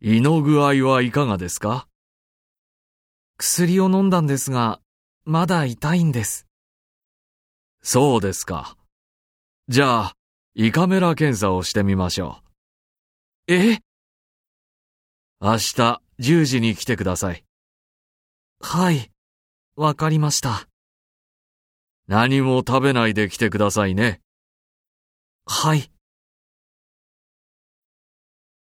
胃の具合はいかがですか？ 薬を飲んだんですが、まだ痛いんです。 そうですか。じゃあ、胃カメラ検査をしてみましょう。 え？ 明日10時に来てください。 はい、わかりました。 何も食べないで来てくださいね。 はい。